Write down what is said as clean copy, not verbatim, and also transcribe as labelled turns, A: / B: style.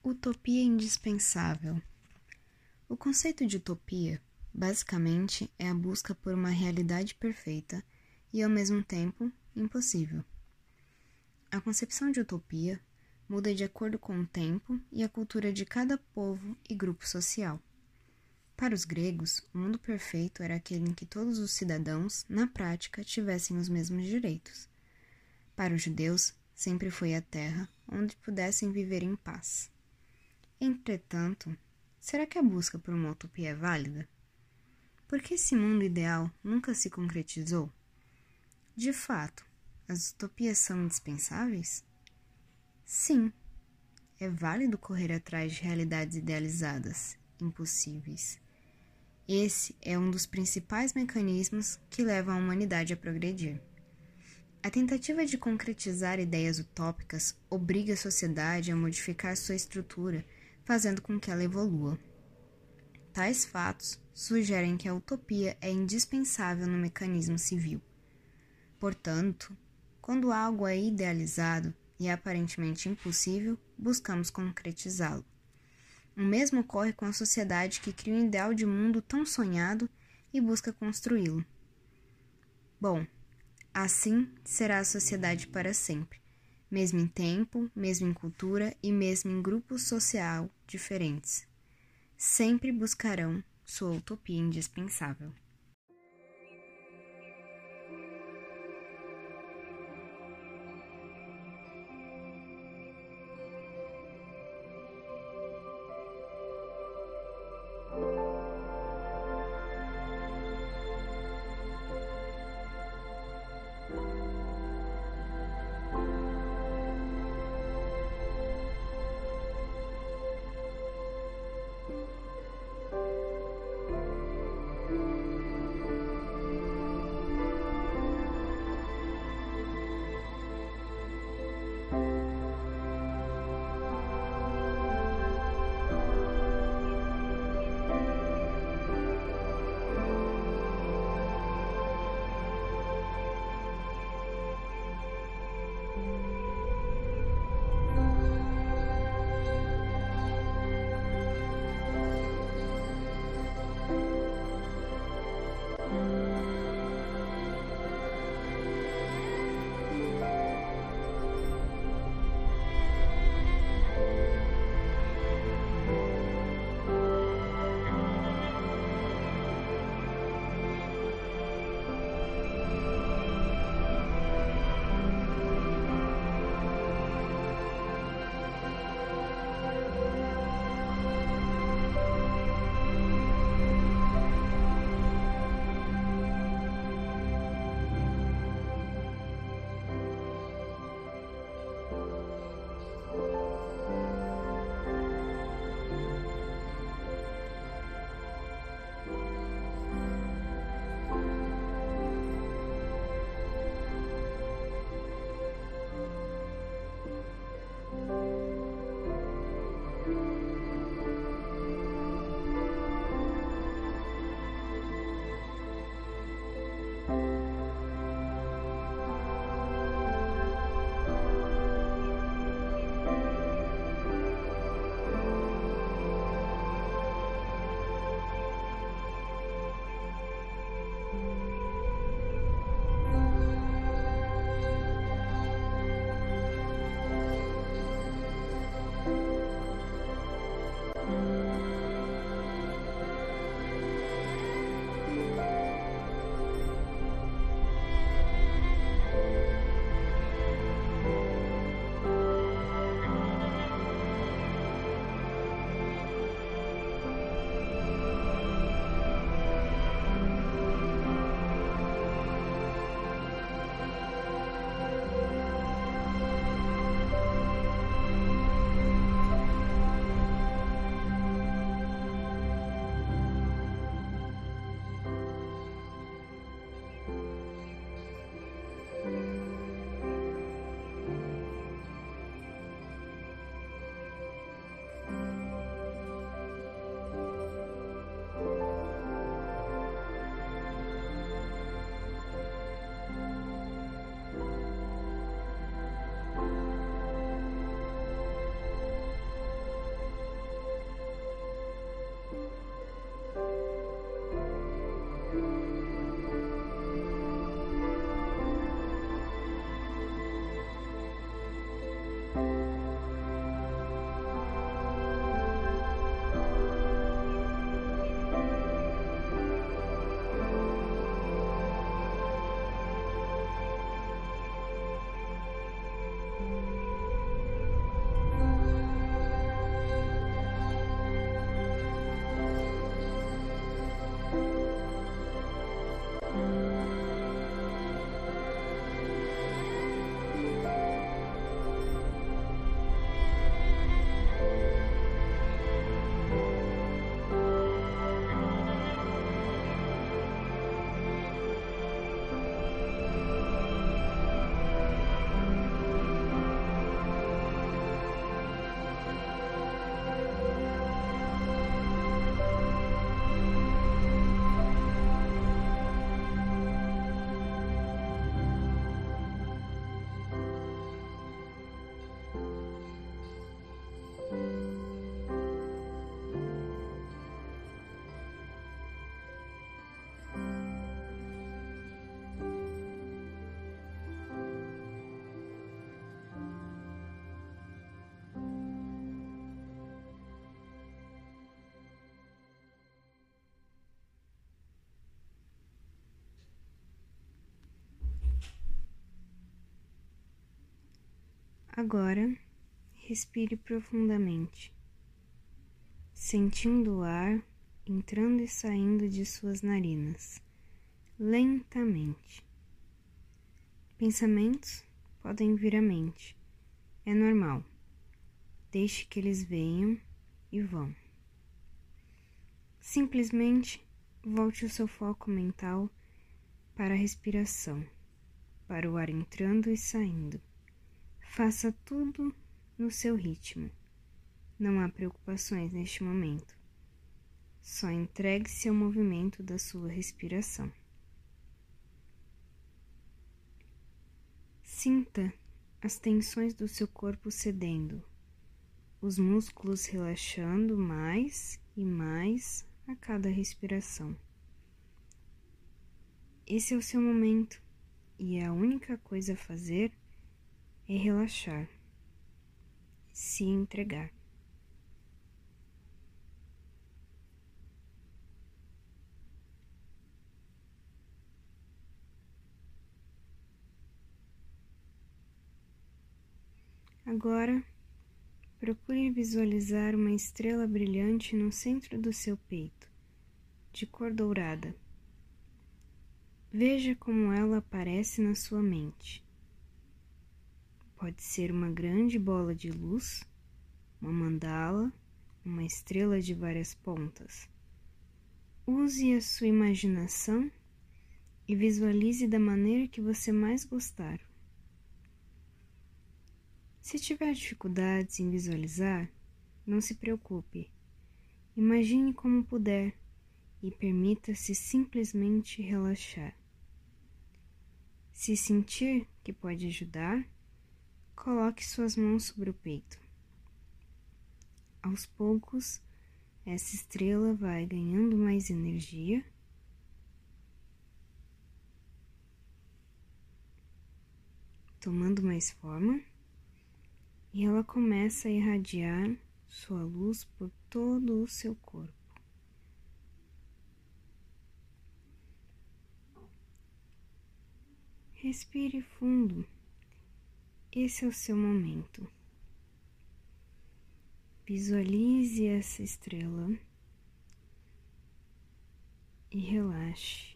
A: Utopia indispensável. O conceito de utopia, basicamente, é a busca por uma realidade perfeita e, ao mesmo tempo, impossível. A concepção de utopia muda de acordo com o tempo e a cultura de cada povo e grupo social. Para os gregos, o mundo perfeito era aquele em que todos os cidadãos, na prática, tivessem os mesmos direitos. Para os judeus, sempre foi a terra onde pudessem viver em paz. Entretanto, será que a busca por uma utopia é válida? Por que esse mundo ideal nunca se concretizou? De fato, as utopias são indispensáveis? Sim, é válido correr atrás de realidades idealizadas, impossíveis. Esse é um dos principais mecanismos que levam a humanidade a progredir. A tentativa de concretizar ideias utópicas obriga a sociedade a modificar sua estrutura, fazendo com que ela evolua. Tais fatos sugerem que a utopia é indispensável no mecanismo civil. Portanto, quando algo é idealizado e é aparentemente impossível, buscamos concretizá-lo. O mesmo ocorre com a sociedade que cria um ideal de mundo tão sonhado e busca construí-lo. Bom, assim será a sociedade para sempre, mesmo em tempo, mesmo em cultura e mesmo em grupos social diferentes. Sempre buscarão sua utopia indispensável. Agora, respire profundamente, sentindo o ar entrando e saindo de suas narinas, lentamente. Pensamentos podem vir à mente, é normal. Deixe que eles venham e vão. Simplesmente volte o seu foco mental para a respiração, para o ar entrando e saindo. Faça tudo no seu ritmo. Não há preocupações neste momento. Só entregue-se ao movimento da sua respiração. Sinta as tensões do seu corpo cedendo, os músculos relaxando mais e mais a cada respiração. Esse é o seu momento e a única coisa a fazer é relaxar, se entregar. Agora, procure visualizar uma estrela brilhante no centro do seu peito, de cor dourada. Veja como ela aparece na sua mente. Pode ser uma grande bola de luz, uma mandala, uma estrela de várias pontas. Use a sua imaginação e visualize da maneira que você mais gostar. Se tiver dificuldades em visualizar, não se preocupe. Imagine como puder e permita-se simplesmente relaxar. Se sentir que pode ajudar, coloque suas mãos sobre o peito. Aos poucos, essa estrela vai ganhando mais energia, tomando mais forma, e ela começa a irradiar sua luz por todo o seu corpo. Respire fundo. Esse é o seu momento. Visualize essa estrela e relaxe.